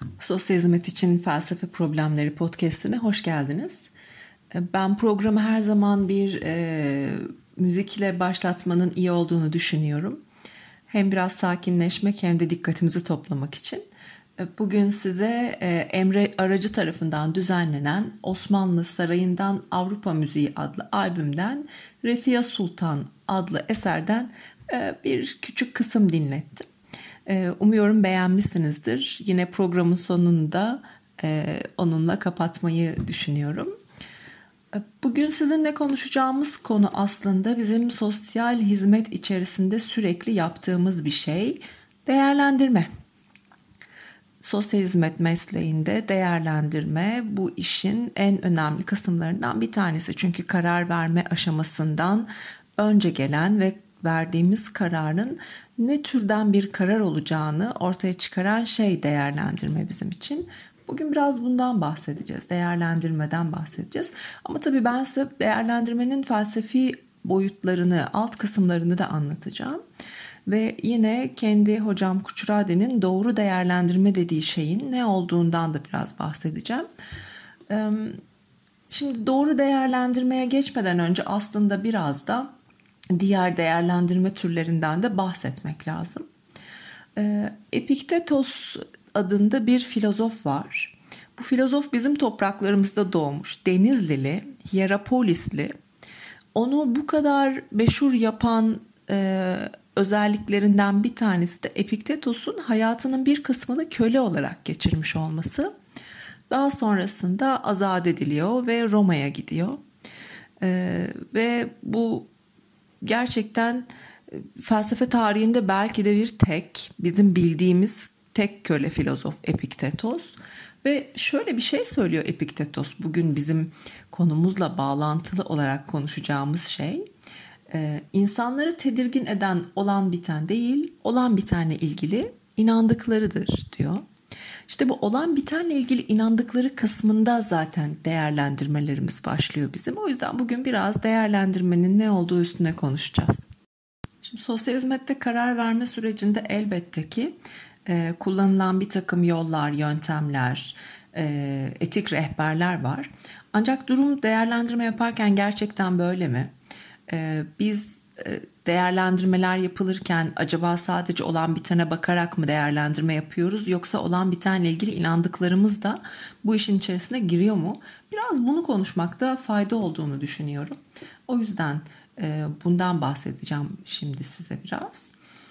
Sosyal Hizmet için Felsefe Problemleri podcast'ine hoş geldiniz. Ben programı her zaman bir müzikle başlatmanın iyi olduğunu düşünüyorum. Hem biraz sakinleşmek hem de dikkatimizi toplamak için. Bugün size Emre Aracı tarafından düzenlenen Osmanlı Sarayı'ndan Avrupa Müziği adlı albümden Refia Sultan adlı eserden bir küçük kısım dinlettim. Umuyorum beğenmişsinizdir. Yine programın sonunda onunla kapatmayı düşünüyorum. Bugün sizinle konuşacağımız konu aslında bizim sosyal hizmet içerisinde sürekli yaptığımız bir şey. Değerlendirme. Sosyal hizmet mesleğinde değerlendirme bu işin en önemli kısımlarından bir tanesi. Çünkü karar verme aşamasından önce gelen ve verdiğimiz kararın ne türden bir karar olacağını ortaya çıkaran şey değerlendirme bizim için. Bugün biraz bundan bahsedeceğiz, değerlendirmeden bahsedeceğiz. Ama tabii ben size değerlendirmenin felsefi boyutlarını, alt kısımlarını da anlatacağım. Ve yine kendi hocam Kuchurade'nin doğru değerlendirme dediği şeyin ne olduğundan da biraz bahsedeceğim. Şimdi doğru değerlendirmeye geçmeden önce aslında biraz da diğer değerlendirme türlerinden de bahsetmek lazım. Epiktetos adında bir filozof var. Bu filozof bizim topraklarımızda doğmuş. Denizlili, Hierapolisli. Onu bu kadar meşhur yapan özelliklerinden bir tanesi de Epiktetos'un hayatının bir kısmını köle olarak geçirmiş olması. Daha sonrasında azat ediliyor ve Roma'ya gidiyor. Ve bu gerçekten felsefe tarihinde belki de bir tek, bizim bildiğimiz tek köle filozof Epiktetos. Ve şöyle bir şey söylüyor Epiktetos, bugün bizim konumuzla bağlantılı olarak konuşacağımız şey. İnsanları tedirgin eden olan biten değil, olan bitenle ilgili inandıklarıdır diyor. İşte bu olan bitenle ilgili inandıkları kısmında zaten değerlendirmelerimiz başlıyor bizim. O yüzden bugün biraz değerlendirmenin ne olduğu üstüne konuşacağız. Şimdi sosyal hizmette karar verme sürecinde elbette ki kullanılan bir takım yollar, yöntemler, etik rehberler var. Ancak durum değerlendirme yaparken gerçekten böyle mi? Biz değerlendirmeler yapılırken acaba sadece olan bitene bakarak mı değerlendirme yapıyoruz, yoksa olan bitenle ilgili inandıklarımız da bu işin içerisine giriyor mu? Biraz bunu konuşmakta fayda olduğunu düşünüyorum. O yüzden bundan bahsedeceğim şimdi size biraz.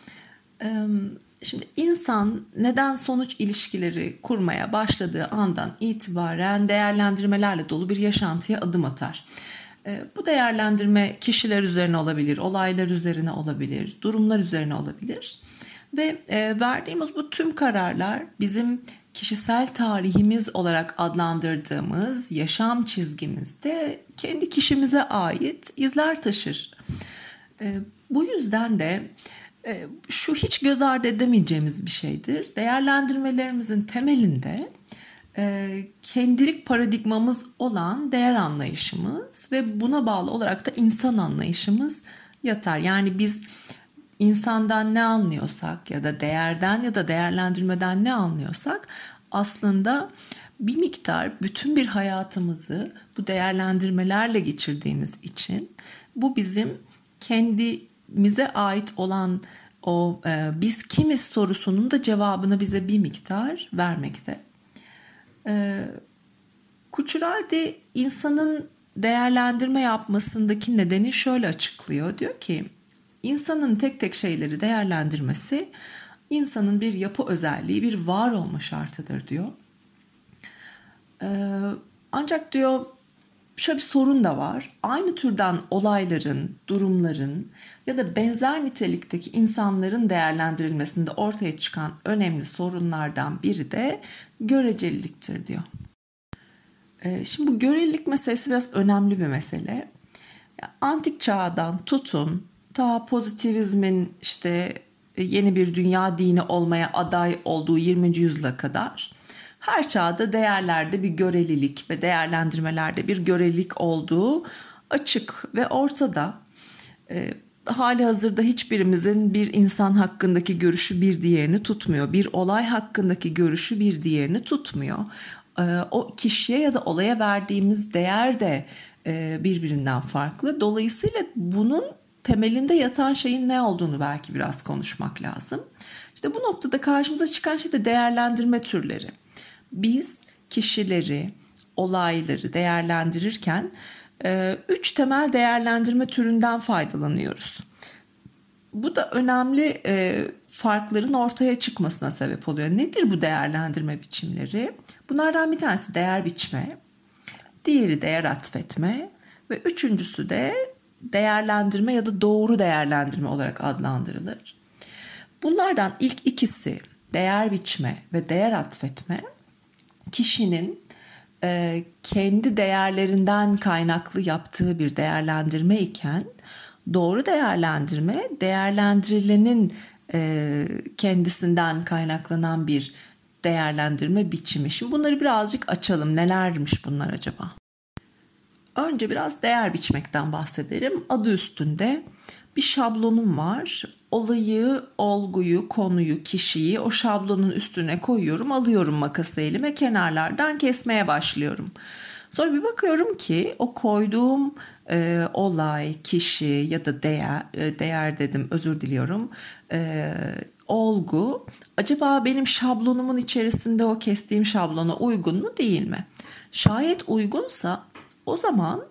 Şimdi insan neden sonuç ilişkileri kurmaya başladığı andan itibaren değerlendirmelerle dolu bir yaşantıya adım atar. Bu değerlendirme kişiler üzerine olabilir, olaylar üzerine olabilir, durumlar üzerine olabilir. Ve verdiğimiz bu tüm kararlar bizim kişisel tarihimiz olarak adlandırdığımız yaşam çizgimizde kendi kişimize ait izler taşır. Bu yüzden de şu hiç göz ardı edemeyeceğimiz bir şeydir. Değerlendirmelerimizin temelinde kendilik paradigmamız olan değer anlayışımız ve buna bağlı olarak da insan anlayışımız yatar. Yani biz insandan ne anlıyorsak ya da değerden ya da değerlendirmeden ne anlıyorsak aslında bir miktar bütün bir hayatımızı bu değerlendirmelerle geçirdiğimiz için bu bizim kendimize ait olan o biz kimiz sorusunun da cevabını bize bir miktar vermekte. Kuchurade insanın değerlendirme yapmasındaki nedeni şöyle açıklıyor. Diyor ki insanın tek tek şeyleri değerlendirmesi insanın bir yapı özelliği, bir var olma şartıdır diyor. Ancak diyor şöyle bir sorun da var. Aynı türden olayların, durumların ya da benzer nitelikteki insanların değerlendirilmesinde ortaya çıkan önemli sorunlardan biri de göreceliliktir diyor. Şimdi bu görelilik meselesi biraz önemli bir mesele. Antik çağdan tutun ta pozitivizmin işte yeni bir dünya dini olmaya aday olduğu 20. yüzyıla kadar her çağda değerlerde bir görelilik ve değerlendirmelerde bir görelilik olduğu açık ve ortada. hali hazırda hiçbirimizin bir insan hakkındaki görüşü bir diğerini tutmuyor. Bir olay hakkındaki görüşü bir diğerini tutmuyor. O kişiye ya da olaya verdiğimiz değer de birbirinden farklı. Dolayısıyla bunun temelinde yatan şeyin ne olduğunu belki biraz konuşmak lazım. İşte bu noktada karşımıza çıkan şey de değerlendirme türleri. Biz kişileri, olayları değerlendirirken 3 temel değerlendirme türünden faydalanıyoruz. Bu da önemli farkların ortaya çıkmasına sebep oluyor. Nedir bu değerlendirme biçimleri? Bunlardan bir tanesi değer biçme, diğeri değer atfetme ve üçüncüsü de değerlendirme ya da doğru değerlendirme olarak adlandırılır. Bunlardan ilk ikisi değer biçme ve değer atfetme kişinin kendi değerlerinden kaynaklı yaptığı bir değerlendirme iken doğru değerlendirme değerlendirilenin kendisinden kaynaklanan bir değerlendirme biçimi. Şimdi bunları birazcık açalım. Nelermiş bunlar acaba? Önce biraz değer biçmekten bahsedelim. Adı üstünde bir şablonum var. Olayı, olguyu, konuyu, kişiyi o şablonun üstüne koyuyorum. Alıyorum makası elime, kenarlardan kesmeye başlıyorum. Sonra bir bakıyorum ki o koyduğum olay, kişi ya da değer dedim, özür diliyorum. Olgu acaba benim şablonumun içerisinde o kestiğim şablona uygun mu değil mi? Şayet uygunsa o zaman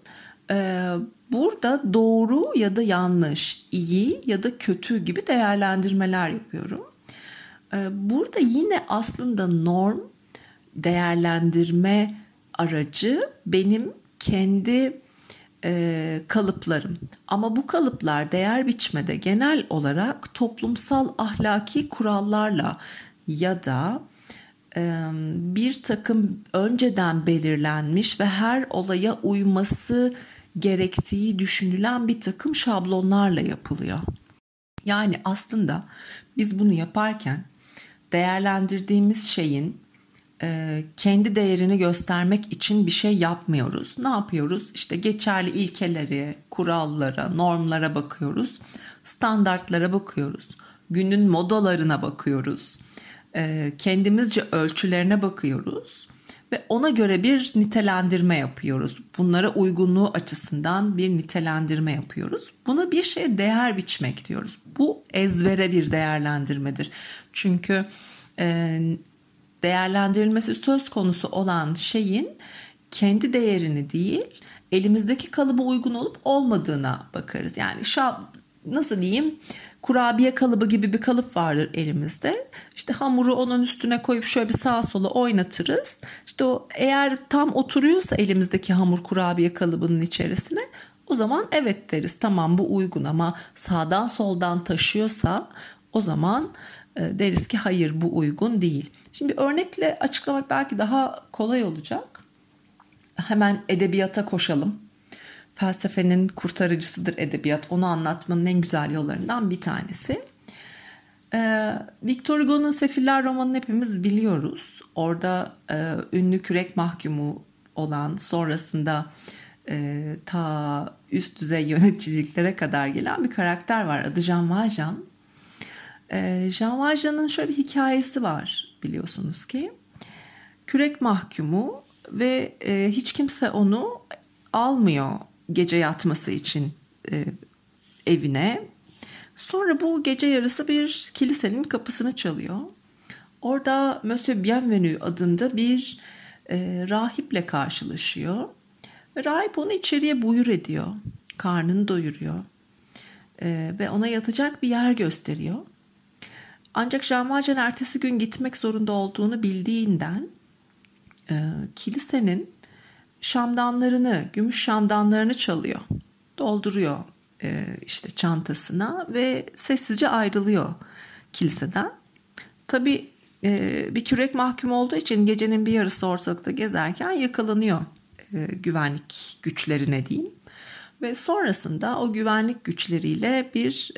burada doğru ya da yanlış, iyi ya da kötü gibi değerlendirmeler yapıyorum. Burada yine aslında norm değerlendirme aracı benim kendi kalıplarım. Ama bu kalıplar değer biçmede genel olarak toplumsal ahlaki kurallarla ya da bir takım önceden belirlenmiş ve her olaya uyması gerektiği düşünülen bir takım şablonlarla yapılıyor. Yani aslında biz bunu yaparken değerlendirdiğimiz şeyin kendi değerini göstermek için bir şey yapmıyoruz. Ne yapıyoruz? İşte geçerli ilkelere, kurallara, normlara bakıyoruz. Standartlara bakıyoruz. Günün modalarına bakıyoruz. Kendimizce ölçülerine bakıyoruz. Ve ona göre bir nitelendirme yapıyoruz. Bunlara uygunluğu açısından bir nitelendirme yapıyoruz. Buna bir şeye değer biçmek diyoruz. Bu ezbere bir değerlendirmedir. Çünkü değerlendirilmesi söz konusu olan şeyin kendi değerini değil, elimizdeki kalıba uygun olup olmadığına bakarız. Yani nasıl diyeyim, kurabiye kalıbı gibi bir kalıp vardır elimizde. İşte hamuru onun üstüne koyup şöyle bir sağa sola oynatırız. İşte o eğer tam oturuyorsa elimizdeki hamur kurabiye kalıbının içerisine, o zaman evet deriz, tamam bu uygun, ama sağdan soldan taşıyorsa o zaman deriz ki hayır, bu uygun değil. Şimdi bir örnekle açıklamak belki daha kolay olacak. Hemen edebiyata koşalım. Felsefenin kurtarıcısıdır edebiyat. Onu anlatmanın en güzel yollarından bir tanesi. Victor Hugo'nun Sefiller romanını hepimiz biliyoruz. Orada ünlü kürek mahkumu olan, sonrasında ta üst düzey yöneticiliklere kadar gelen bir karakter var. Adı Jean Valjean. Jean Valjean'ın şöyle bir hikayesi var, biliyorsunuz ki. Kürek mahkumu ve hiç kimse onu almıyor gece yatması için evine. Sonra bu gece yarısı bir kilisenin kapısını çalıyor. Orada Monsieur Bienvenu adında bir rahiple karşılaşıyor. Ve rahip onu içeriye buyur ediyor. Karnını doyuruyor. Ve ona yatacak bir yer gösteriyor. Ancak Jean Valjean ertesi gün gitmek zorunda olduğunu bildiğinden kilisenin şamdanlarını, gümüş şamdanlarını çalıyor. Dolduruyor işte çantasına ve sessizce ayrılıyor kiliseden. Tabii bir kürek mahkum olduğu için gecenin bir yarısı ortalıkta gezerken yakalanıyor güvenlik güçlerine diyeyim. Ve sonrasında o güvenlik güçleriyle bir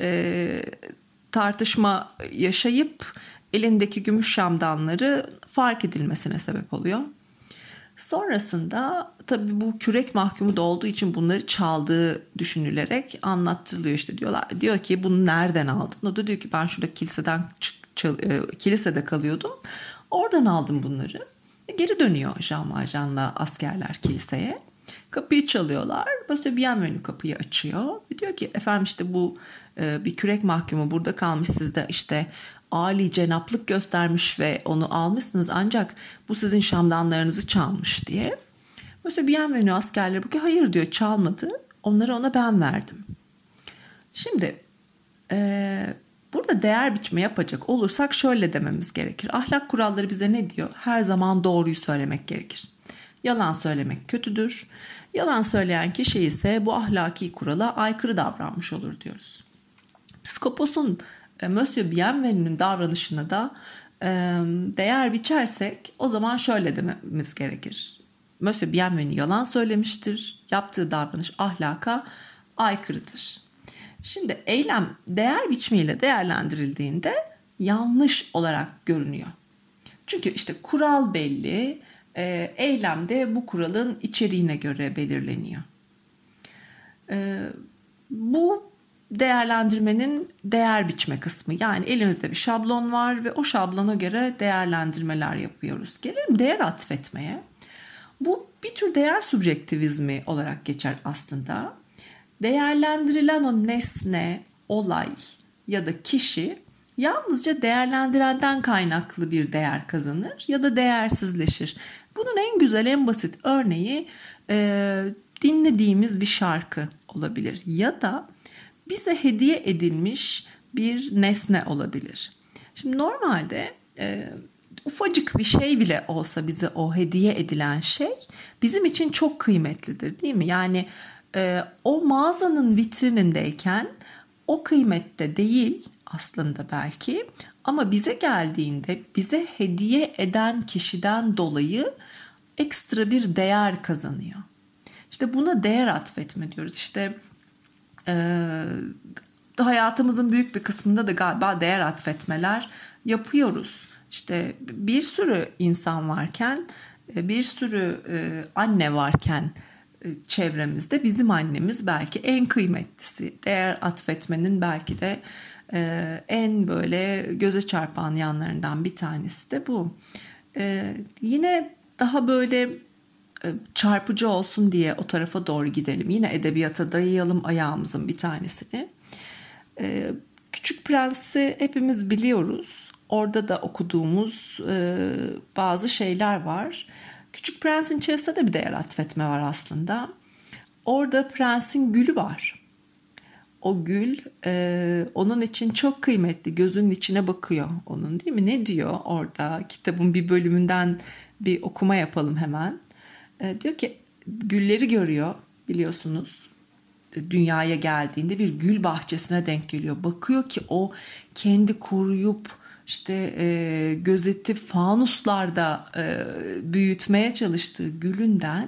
tartışma yaşayıp elindeki gümüş şamdanları fark edilmesine sebep oluyor. Sonrasında tabii bu kürek mahkumu da olduğu için bunları çaldığı düşünülerek anlattırılıyor, işte diyor ki bunu nereden aldın? O da diyor ki ben şurada kilisede kalıyordum. Oradan aldım bunları. Geri dönüyor Jean Valjean'la askerler kiliseye. Kapıyı çalıyorlar. Monsieur Bienvenu kapıyı açıyor. Ve diyor ki efendim işte bu bir kürek mahkumu burada kalmış, siz de işte âli cenaplık göstermiş ve onu almışsınız, ancak bu sizin şamdanlarınızı çalmış diye. Monsieur Bienvenu askerleri bakıyor, hayır diyor, çalmadı, onları ona ben verdim. Şimdi burada değer biçme yapacak olursak şöyle dememiz gerekir. Ahlak kuralları bize ne diyor? Her zaman doğruyu söylemek gerekir. Yalan söylemek kötüdür. Yalan söyleyen kişi ise bu ahlaki kurala aykırı davranmış olur diyoruz. Psikopos'un Monsieur Bienvenu'nun davranışına da değer biçersek o zaman şöyle dememiz gerekir. Monsieur Bienvenu yalan söylemiştir. Yaptığı davranış ahlaka aykırıdır. Şimdi eylem değer biçimiyle değerlendirildiğinde yanlış olarak görünüyor. Çünkü işte kural belli, eylem de bu kuralın içeriğine göre belirleniyor. Bu değerlendirmenin değer biçme kısmı, yani elimizde bir şablon var ve o şablona göre değerlendirmeler yapıyoruz. Gelelim değer atfetmeye. Bu bir tür değer subjektivizmi olarak geçer aslında. Değerlendirilen o nesne, olay ya da kişi yalnızca değerlendirenden kaynaklı bir değer kazanır ya da değersizleşir. Bunun en güzel, en basit örneği dinlediğimiz bir şarkı olabilir ya da bize hediye edilmiş bir nesne olabilir. Şimdi normalde ufacık bir şey bile olsa bize o hediye edilen şey bizim için çok kıymetlidir, değil mi? Yani o mağazanın vitrinindeyken o kıymette değil aslında belki, ama bize geldiğinde bize hediye eden kişiden dolayı ekstra bir değer kazanıyor. İşte buna değer atfetme diyoruz. İşte hayatımızın büyük bir kısmında da galiba değer atfetmeler yapıyoruz. İşte bir sürü insan varken, bir sürü anne varken çevremizde bizim annemiz belki en kıymetlisi. Değer atfetmenin belki de en böyle göze çarpan yanlarından bir tanesi de bu. Yine daha böyle çarpıcı olsun diye o tarafa doğru gidelim. Yine edebiyata dayayalım ayağımızın bir tanesini. Küçük Prens'i hepimiz biliyoruz. Orada da okuduğumuz bazı şeyler var. Küçük Prens'in içerisinde de bir değer atfetme var aslında. Orada prensin gülü var. O gül onun için çok kıymetli. Gözünün içine bakıyor onun, değil mi? Ne diyor orada? Kitabın bir bölümünden bir okuma yapalım hemen. Diyor ki gülleri görüyor, biliyorsunuz. Dünyaya geldiğinde bir gül bahçesine denk geliyor. Bakıyor ki o kendi koruyup işte gözetip fanuslarda büyütmeye çalıştığı gülünden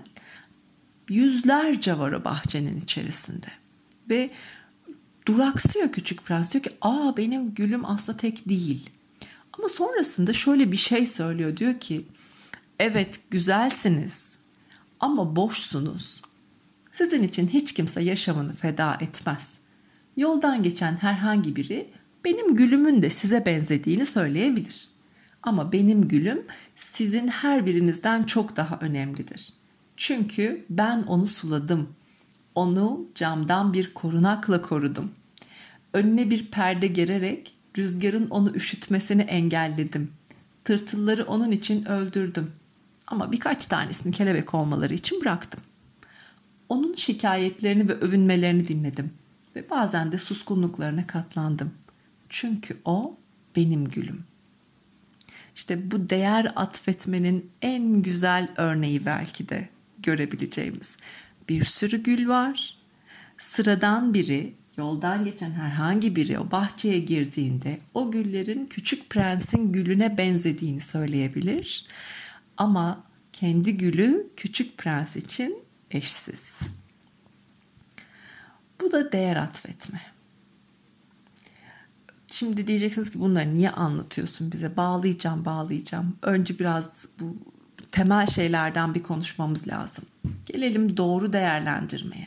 yüzlerce var o bahçenin içerisinde. Ve duraksıyor Küçük Prens, diyor ki benim gülüm aslında tek değil. Ama sonrasında şöyle bir şey söylüyor, diyor ki evet güzelsiniz ama boşsunuz. Sizin için hiç kimse yaşamını feda etmez. Yoldan geçen herhangi biri benim gülümün de size benzediğini söyleyebilir. Ama benim gülüm sizin her birinizden çok daha önemlidir. Çünkü ben onu suladım. Onu camdan bir korunakla korudum. Önüne bir perde gererek rüzgarın onu üşütmesini engelledim. Tırtılları onun için öldürdüm. Ama birkaç tanesini kelebek olmaları için bıraktım. Onun şikayetlerini ve övünmelerini dinledim ve bazen de suskunluklarına katlandım. Çünkü o benim gülüm. İşte bu değer atfetmenin en güzel örneği belki de görebileceğimiz. Bir sürü gül var. Sıradan biri, yoldan geçen herhangi biri o bahçeye girdiğinde o güllerin Küçük Prens'in gülüne benzediğini söyleyebilir. Ama kendi gülü Küçük Prens için eşsiz. Bu da değer atfetme. Şimdi diyeceksiniz ki bunları niye anlatıyorsun bize? Bağlayacağım. Önce biraz bu temel şeylerden bir konuşmamız lazım. Gelelim doğru değerlendirmeye.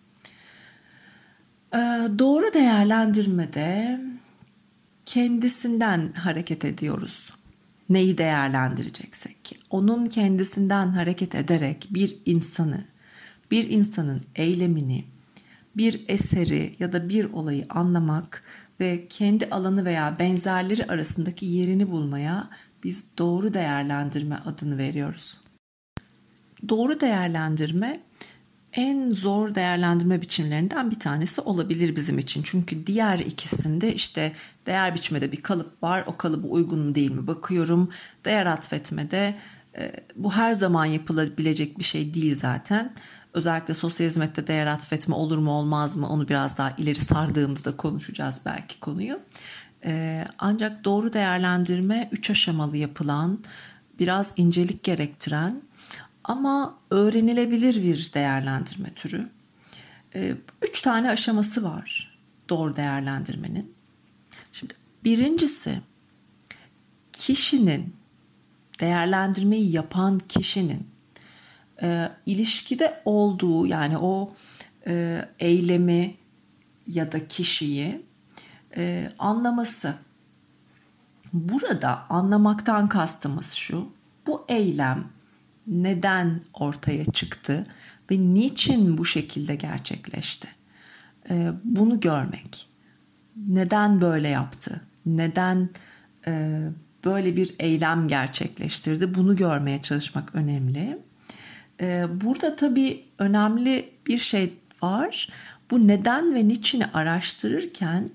Doğru değerlendirmede kendisinden hareket ediyoruz. Neyi değerlendireceksek. Onun kendisinden hareket ederek bir insanın eylemini, bir eseri ya da bir olayı anlamak ve kendi alanı veya benzerleri arasındaki yerini bulmaya biz doğru değerlendirme adını veriyoruz. Doğru değerlendirme en zor değerlendirme biçimlerinden bir tanesi olabilir bizim için. Çünkü diğer ikisinde işte değer biçmede bir kalıp var. O kalıba uygun değil mi bakıyorum. Değer atfetmede bu her zaman yapılabilecek bir şey değil zaten. Özellikle sosyal hizmette değer atfetme olur mu olmaz mı onu biraz daha ileri sardığımızda konuşacağız belki konuyu. Ancak doğru değerlendirme 3 aşamalı yapılan, biraz incelik gerektiren ama öğrenilebilir bir değerlendirme türü. 3 tane aşaması var doğru değerlendirmenin. Şimdi birincisi kişinin, değerlendirmeyi yapan kişinin ilişkide olduğu, yani o eylemi ya da kişiyi anlaması. Burada anlamaktan kastımız şu: bu eylem neden ortaya çıktı ve niçin bu şekilde gerçekleşti? Bunu görmek. Neden böyle yaptı? Neden böyle bir eylem gerçekleştirdi? Bunu görmeye çalışmak önemli. Burada tabii önemli bir şey var. Bu neden ve niçini araştırırken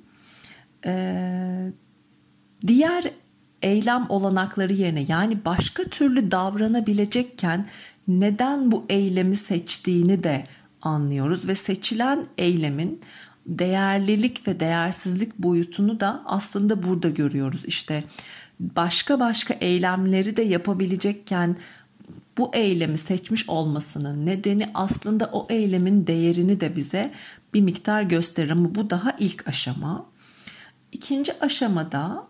diğer eylem olanakları yerine, yani başka türlü davranabilecekken neden bu eylemi seçtiğini de anlıyoruz ve seçilen eylemin değerlilik ve değersizlik boyutunu da aslında burada görüyoruz. İşte başka eylemleri de yapabilecekken bu eylemi seçmiş olmasının nedeni aslında o eylemin değerini de bize bir miktar gösterir, ama bu daha ilk aşama. İkinci aşamada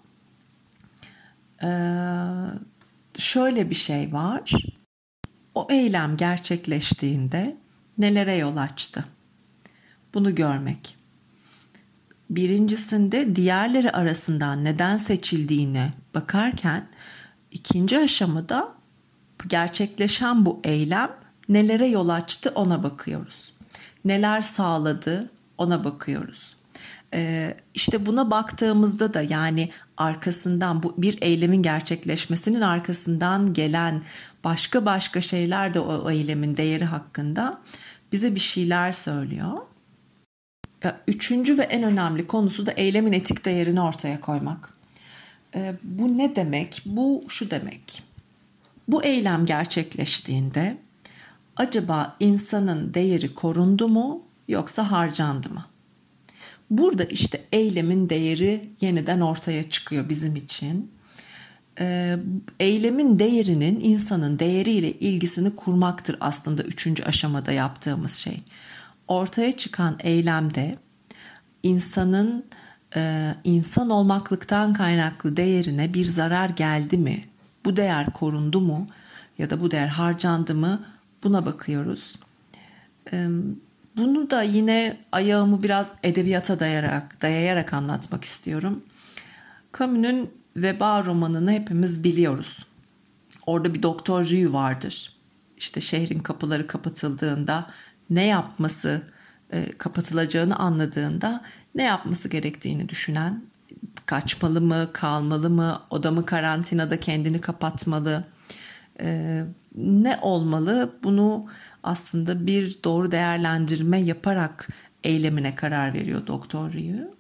şöyle bir şey var. O eylem gerçekleştiğinde nelere yol açtı? Bunu görmek. Birincisinde diğerleri arasından neden seçildiğine bakarken, ikinci aşamada gerçekleşen bu eylem nelere yol açtı ona bakıyoruz. Neler sağladı ona bakıyoruz. İşte buna baktığımızda da, yani arkasından, bu bir eylemin gerçekleşmesinin arkasından gelen başka şeyler de o eylemin değeri hakkında bize bir şeyler söylüyor. Üçüncü ve en önemli konusu da eylemin etik değerini ortaya koymak. Bu ne demek? Bu şu demek: bu eylem gerçekleştiğinde acaba insanın değeri korundu mu yoksa harcandı mı? Burada işte eylemin değeri yeniden ortaya çıkıyor bizim için. Eylemin değerinin insanın değeriyle ilgisini kurmaktır aslında üçüncü aşamada yaptığımız şey. Ortaya çıkan eylemde insanın insan olmaklıktan kaynaklı değerine bir zarar geldi mi? Bu değer korundu mu? Ya da bu değer harcandı mı? Buna bakıyoruz. Bunu da yine ayağımı biraz edebiyata dayayarak anlatmak istiyorum. Camus'un Veba romanını hepimiz biliyoruz. Orada bir Doktor Rieu vardır. İşte şehrin kapıları kapatıldığında ne yapması, kapatılacağını anladığında ne yapması gerektiğini düşünen, kaçmalı mı, kalmalı mı, o da mı karantinada kendini kapatmalı, ne olmalı, bunu aslında bir doğru değerlendirme yaparak eylemine karar veriyor Doktor Rieu.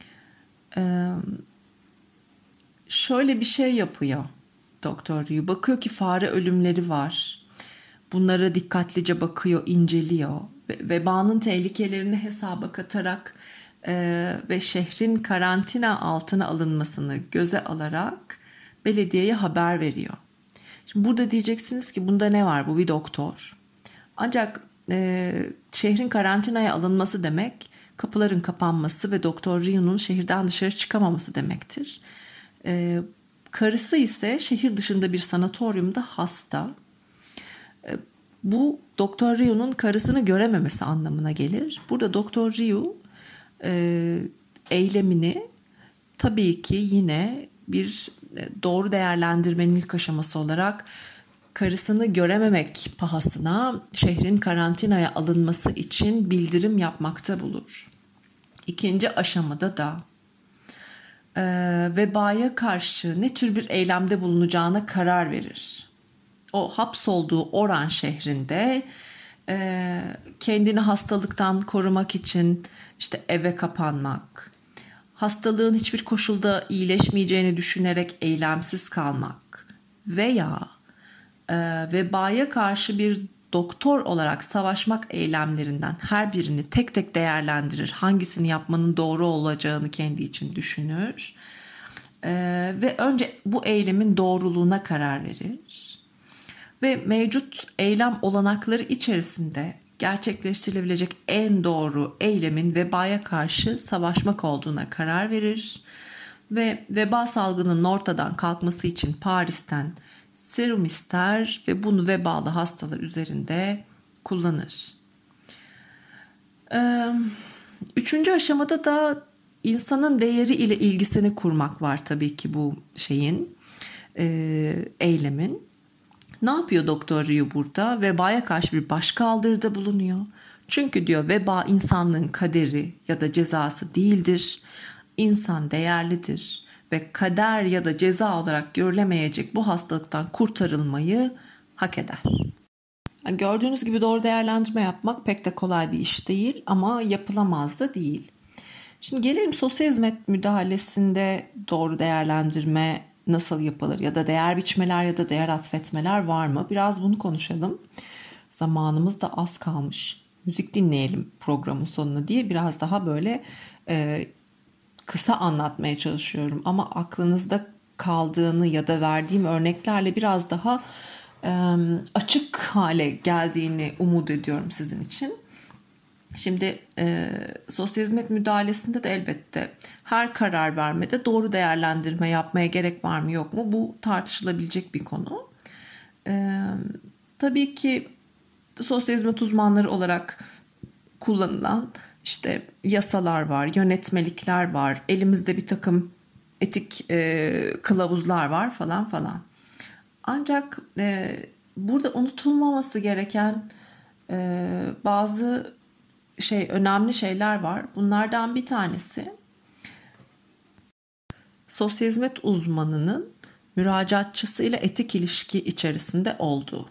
Şöyle bir şey yapıyor Doktor Rieu. Bakıyor ki fare ölümleri var. Bunlara dikkatlice bakıyor, inceliyor. Vebanın tehlikelerini hesaba katarak ve şehrin karantina altına alınmasını göze alarak belediyeye haber veriyor. Şimdi burada diyeceksiniz ki bunda ne var? Bu bir doktor. Ancak şehrin karantinaya alınması demek kapıların kapanması ve Doktor Rieu'nun şehirden dışarı çıkamaması demektir. Karısı ise şehir dışında bir sanatoryumda hasta. Bu Doktor Ryu'nun karısını görememesi anlamına gelir. Burada Doktor Ryu eylemini tabii ki yine bir doğru değerlendirmenin ilk aşaması olarak karısını görememek pahasına şehrin karantinaya alınması için bildirim yapmakta bulur. İkinci aşamada da vebaya karşı ne tür bir eylemde bulunacağına karar verir. O hapsolduğu Oran şehrinde kendini hastalıktan korumak için işte eve kapanmak, hastalığın hiçbir koşulda iyileşmeyeceğini düşünerek eylemsiz kalmak veya vebaya karşı bir doktor olarak savaşmak eylemlerinden her birini tek tek değerlendirir. Hangisini yapmanın doğru olacağını kendi için düşünür. Ve önce bu eylemin doğruluğuna karar verir. Ve mevcut eylem olanakları içerisinde gerçekleştirilebilecek en doğru eylemin vebaya karşı savaşmak olduğuna karar verir. Ve veba salgının ortadan kalkması için Paris'ten serum ister ve bunu vebalı hastalar üzerinde kullanır. Üçüncü aşamada da insanın değeri ile ilgisini kurmak var tabii ki bu eylemin. Ne yapıyor Doktor Ryu burada? Vebaya karşı bir başkaldırıda bulunuyor. Çünkü diyor veba insanlığın kaderi ya da cezası değildir. İnsan değerlidir ve kader ya da ceza olarak görülemeyecek bu hastalıktan kurtarılmayı hak eder. Yani gördüğünüz gibi doğru değerlendirme yapmak pek de kolay bir iş değil ama yapılamaz da değil. Şimdi gelelim sosyal hizmet müdahalesinde doğru değerlendirme nasıl yapılır ya da değer biçmeler ya da değer atfetmeler var mı? Biraz bunu konuşalım. Zamanımız da az kalmış. Müzik dinleyelim programın sonuna diye biraz daha böyle kısa anlatmaya çalışıyorum. Ama aklınızda kaldığını ya da verdiğim örneklerle biraz daha açık hale geldiğini umut ediyorum sizin için. Şimdi sosyal hizmet müdahalesinde de elbette her karar vermede doğru değerlendirme yapmaya gerek var mı yok mu bu tartışılabilecek bir konu. Tabii ki sosyal hizmet uzmanları olarak kullanılan işte yasalar var, yönetmelikler var, elimizde bir takım etik kılavuzlar var falan falan. Ancak burada unutulmaması gereken bazı önemli şeyler var. Bunlardan bir tanesi sosyal hizmet uzmanının müracaatçısıyla etik ilişki içerisinde olduğu.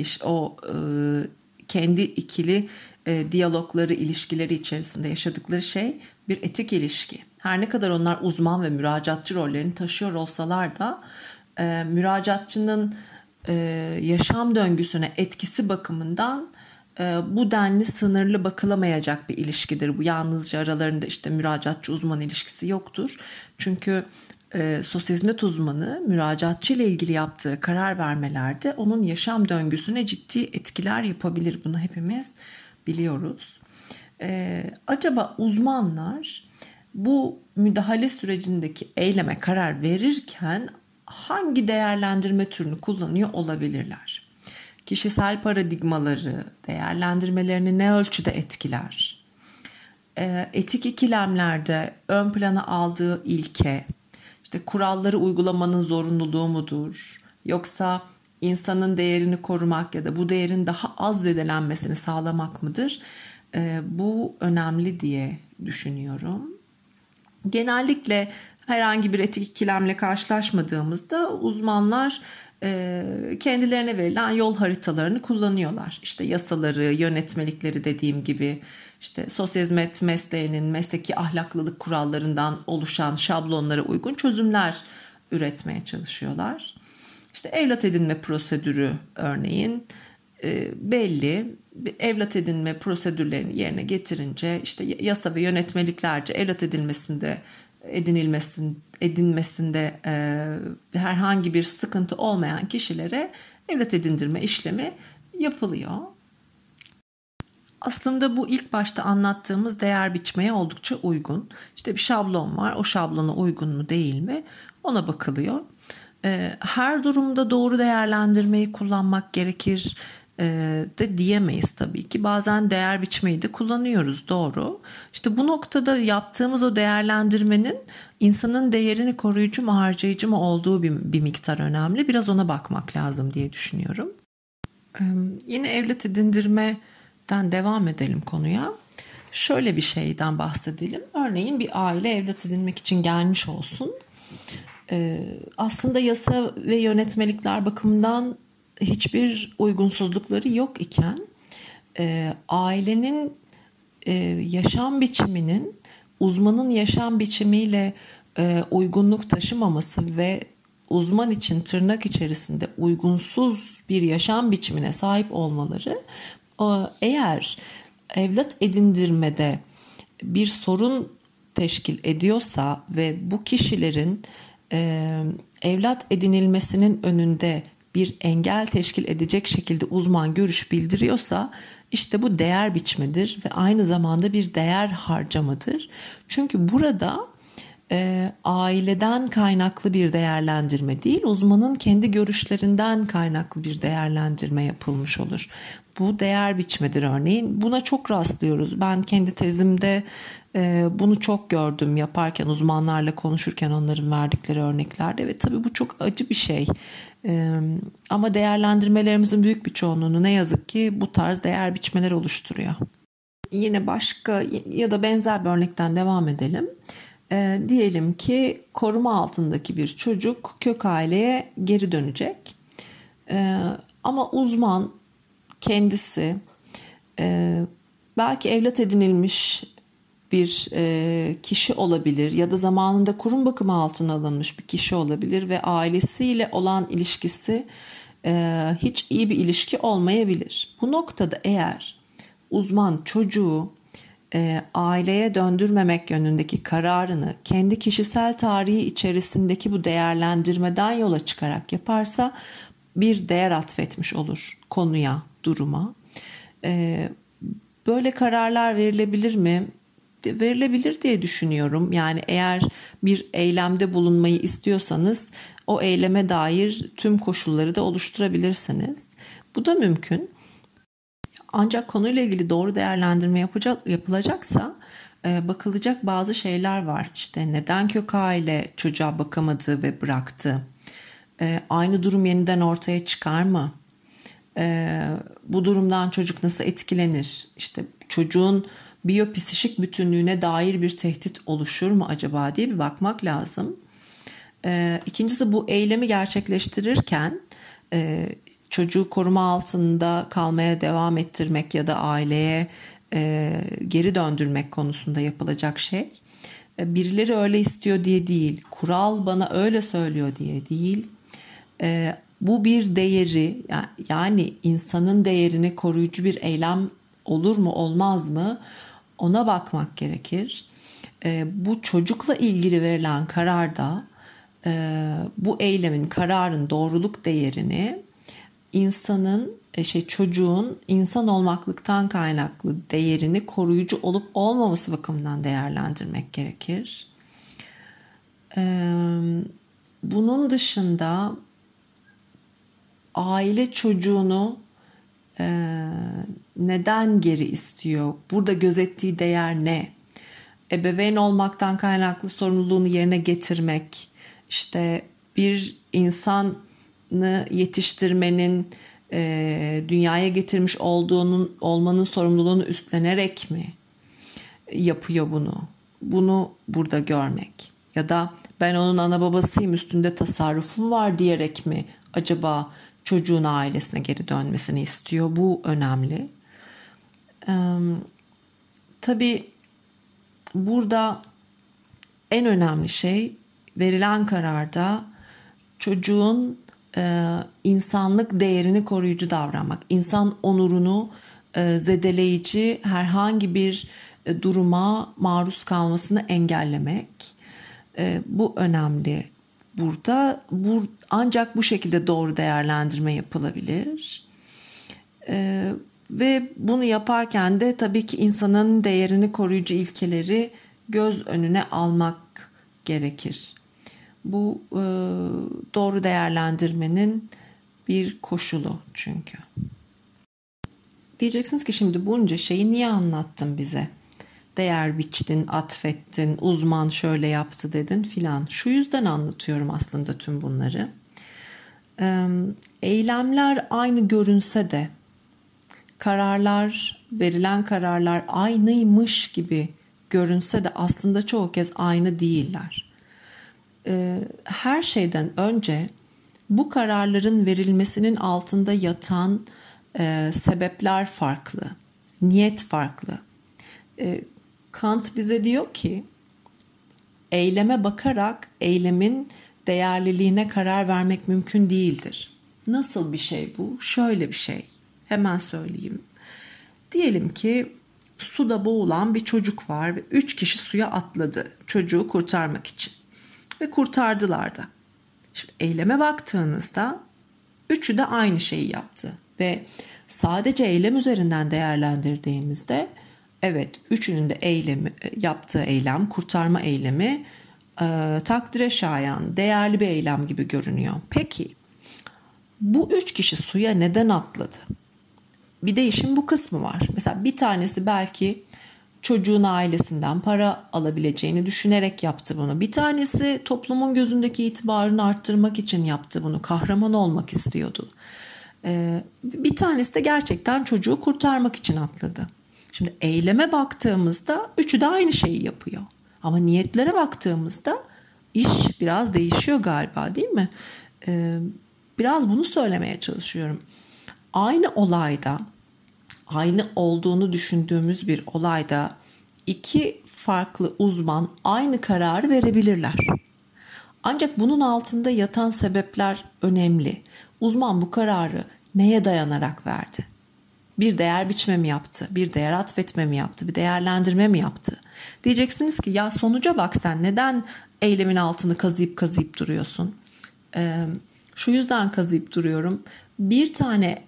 Kendi ikili diyalogları, ilişkileri içerisinde yaşadıkları şey bir etik ilişki. Her ne kadar onlar uzman ve müracaatçı rollerini taşıyor olsalar da müracaatçının yaşam döngüsüne etkisi bakımından bu denli sınırlı bakılamayacak bir ilişkidir. Bu yalnızca aralarında işte müracaatçı uzman ilişkisi yoktur. Çünkü sosyal hizmet uzmanı müracaatçı ile ilgili yaptığı karar vermelerde onun yaşam döngüsüne ciddi etkiler yapabilir. Bunu hepimiz biliyoruz. Acaba uzmanlar bu müdahale sürecindeki eyleme karar verirken hangi değerlendirme türünü kullanıyor olabilirler? Kişisel paradigmaları, değerlendirmelerini ne ölçüde etkiler? Etik ikilemlerde ön plana aldığı ilke, işte kuralları uygulamanın zorunluluğu mudur? Yoksa insanın değerini korumak ya da bu değerin daha az zedelenmesini sağlamak mıdır? Bu önemli diye düşünüyorum. Genellikle herhangi bir etik ikilemle karşılaşmadığımızda uzmanlar kendilerine verilen yol haritalarını kullanıyorlar. İşte yasaları, yönetmelikleri dediğim gibi işte sosyal hizmet mesleğinin mesleki ahlaklılık kurallarından oluşan şablonlara uygun çözümler üretmeye çalışıyorlar. İşte evlat edinme prosedürü örneğin belli evlat edinme prosedürlerini yerine getirince işte yasa ve yönetmeliklerce evlat edinmesinde herhangi bir sıkıntı olmayan kişilere evlat edindirme işlemi yapılıyor. Aslında bu ilk başta anlattığımız değer biçmeye oldukça uygun. İşte bir şablon var. O şablona uygun mu değil mi? Ona bakılıyor. Her durumda doğru değerlendirmeyi kullanmak gerekir de diyemeyiz tabii ki. Bazen değer biçmeyi de kullanıyoruz, doğru. İşte bu noktada yaptığımız o değerlendirmenin insanın değerini koruyucu mu harcayıcı mı olduğu bir miktar önemli. Biraz ona bakmak lazım diye düşünüyorum. Yine evlat edindirmeden devam edelim konuya. Şöyle bir şeyden bahsedelim. Örneğin bir aile evlat edinmek için gelmiş olsun. Aslında yasa ve yönetmelikler bakımından hiçbir uygunsuzlukları yok iken ailenin yaşam biçiminin uzmanın yaşam biçimiyle uygunluk taşımaması ve uzman için tırnak içerisinde uygunsuz bir yaşam biçimine sahip olmaları eğer evlat edindirmede bir sorun teşkil ediyorsa ve bu kişilerin evlat edinilmesinin önünde bir engel teşkil edecek şekilde uzman görüş bildiriyorsa işte bu değer biçmedir ve aynı zamanda bir değer harcamadır. Çünkü burada aileden kaynaklı bir değerlendirme değil, uzmanın kendi görüşlerinden kaynaklı bir değerlendirme yapılmış olur. Bu değer biçmedir örneğin. Buna çok rastlıyoruz. Ben kendi tezimde bunu çok gördüm yaparken, uzmanlarla konuşurken onların verdikleri örneklerde ve tabii bu çok acı bir şey. Ama değerlendirmelerimizin büyük bir çoğunluğunu ne yazık ki bu tarz değer biçmeler oluşturuyor. Yine başka ya da benzer bir örnekten devam edelim. Diyelim ki koruma altındaki bir çocuk kök aileye geri dönecek. Ama uzman kendisi belki evlat edinilmiş bir kişi olabilir ya da zamanında kurum bakımı altına alınmış bir kişi olabilir ve ailesiyle olan ilişkisi hiç iyi bir ilişki olmayabilir. Bu noktada eğer uzman çocuğu aileye döndürmemek yönündeki kararını kendi kişisel tarihi içerisindeki bu değerlendirmeden yola çıkarak yaparsa bir değer atfetmiş olur konuya, duruma. Böyle kararlar verilebilir mi? Verilebilir diye düşünüyorum. Yani eğer bir eylemde bulunmayı istiyorsanız o eyleme dair tüm koşulları da oluşturabilirsiniz. Bu da mümkün. Ancak konuyla ilgili doğru değerlendirme yapılacaksa bakılacak bazı şeyler var. İşte neden kök aile çocuğa bakamadı ve bıraktı? Aynı durum yeniden ortaya çıkar mı? Bu durumdan çocuk nasıl etkilenir? İşte çocuğun biyopsişik bütünlüğüne dair bir tehdit oluşur mu acaba diye bir bakmak lazım. İkincisi, bu eylemi gerçekleştirirken çocuğu koruma altında kalmaya devam ettirmek ya da aileye geri döndürmek konusunda yapılacak şey. Birileri öyle istiyor diye değil, kural bana öyle söylüyor diye değil. Bu bir değeri, yani insanın değerini koruyucu bir eylem olur mu olmaz mı ona bakmak gerekir. Bu çocukla ilgili verilen kararda bu eylemin, kararın doğruluk değerini çocuğun insan olmaklıktan kaynaklı değerini koruyucu olup olmaması bakımından değerlendirmek gerekir. Bunun dışında aile çocuğunu neden geri istiyor? Burada gözettiği değer ne? Ebeveyn olmaktan kaynaklı sorumluluğunu yerine getirmek, işte bir insanı yetiştirmenin, dünyaya getirmiş olmanın sorumluluğunu üstlenerek mi yapıyor bunu? Bunu burada görmek. Ya da ben onun ana babasıyım, üstünde tasarrufum var diyerek mi acaba çocuğun ailesine geri dönmesini istiyor? Bu önemli. Tabii burada en önemli şey verilen kararda çocuğun insanlık değerini koruyucu davranmak, insan onurunu zedeleyici herhangi bir duruma maruz kalmasını engellemek. Bu önemli. Burada ancak bu şekilde doğru değerlendirme yapılabilir. Ve bunu yaparken de tabii ki insanın değerini koruyucu ilkeleri göz önüne almak gerekir. Bu doğru değerlendirmenin bir koşulu çünkü. Diyeceksiniz ki şimdi bunca şeyi niye anlattın bize? Değer biçtin, atfettin, uzman şöyle yaptı dedin filan. Şu yüzden anlatıyorum aslında tüm bunları. Eylemler aynı görünse de verilen kararlar aynıymış gibi görünse de aslında çoğu kez aynı değiller. Her şeyden önce bu kararların verilmesinin altında yatan sebepler farklı, niyet farklı. Kant bize diyor ki eyleme bakarak eylemin değerliliğine karar vermek mümkün değildir. Nasıl bir şey bu? Şöyle bir şey. Hemen söyleyeyim. Diyelim ki suda boğulan bir çocuk var ve 3 kişi suya atladı çocuğu kurtarmak için. Ve kurtardılar da. Şimdi eyleme baktığınızda üçü de aynı şeyi yaptı. Ve sadece eylem üzerinden değerlendirdiğimizde evet üçünün de yaptığı eylem, kurtarma eylemi takdire şayan, değerli bir eylem gibi görünüyor. Peki bu 3 kişi suya neden atladı? Bir de işin bu kısmı var. Mesela bir tanesi belki çocuğun ailesinden para alabileceğini düşünerek yaptı bunu. Bir tanesi toplumun gözündeki itibarını arttırmak için yaptı bunu. Kahraman olmak istiyordu. Bir tanesi de gerçekten çocuğu kurtarmak için atladı. Şimdi eyleme baktığımızda üçü de aynı şeyi yapıyor. Ama niyetlere baktığımızda iş biraz değişiyor galiba, değil mi? Biraz bunu söylemeye çalışıyorum. Aynı olayda, aynı olduğunu düşündüğümüz bir olayda iki farklı uzman aynı kararı verebilirler. Ancak bunun altında yatan sebepler önemli. Uzman bu kararı neye dayanarak verdi? Bir değer biçme mi yaptı? Bir değer atfetme mi yaptı? Bir değerlendirme mi yaptı? Diyeceksiniz ki ya sonuca bak sen neden eylemin altını kazıyıp duruyorsun? Şu yüzden kazıyıp duruyorum. Bir tane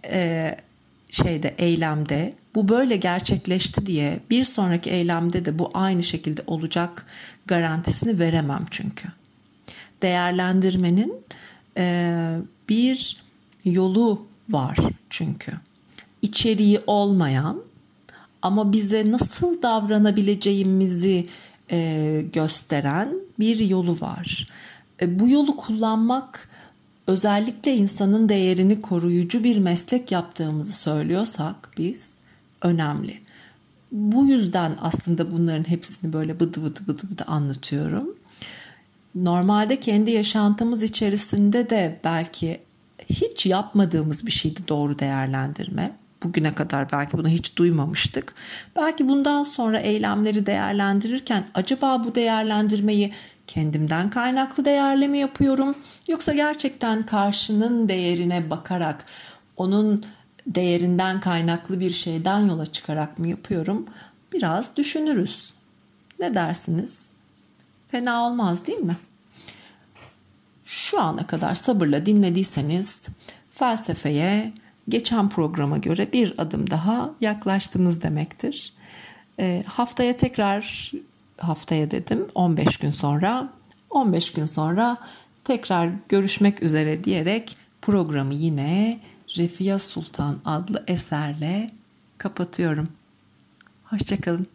eylemde bu böyle gerçekleşti diye bir sonraki eylemde de bu aynı şekilde olacak garantisini veremem çünkü. Değerlendirmenin bir yolu var çünkü. İçeriği olmayan ama bize nasıl davranabileceğimizi gösteren bir yolu var. Bu yolu kullanmak özellikle insanın değerini koruyucu bir meslek yaptığımızı söylüyorsak biz önemli. Bu yüzden aslında bunların hepsini böyle bıdı bıdı anlatıyorum. Normalde kendi yaşantımız içerisinde de belki hiç yapmadığımız bir şeydi doğru değerlendirme. Bugüne kadar belki bunu hiç duymamıştık. Belki bundan sonra eylemleri değerlendirirken acaba bu değerlendirmeyi kendimden kaynaklı değerle mi yapıyorum? Yoksa gerçekten karşının değerine bakarak onun değerinden kaynaklı bir şeyden yola çıkarak mı yapıyorum? Biraz düşünürüz. Ne dersiniz? Fena olmaz değil mi? Şu ana kadar sabırla dinlediyseniz felsefeye geçen programa göre bir adım daha yaklaştınız demektir. Haftaya dedim 15 gün sonra tekrar görüşmek üzere diyerek programı yine Refia Sultan adlı eserle kapatıyorum. Hoşça kalın.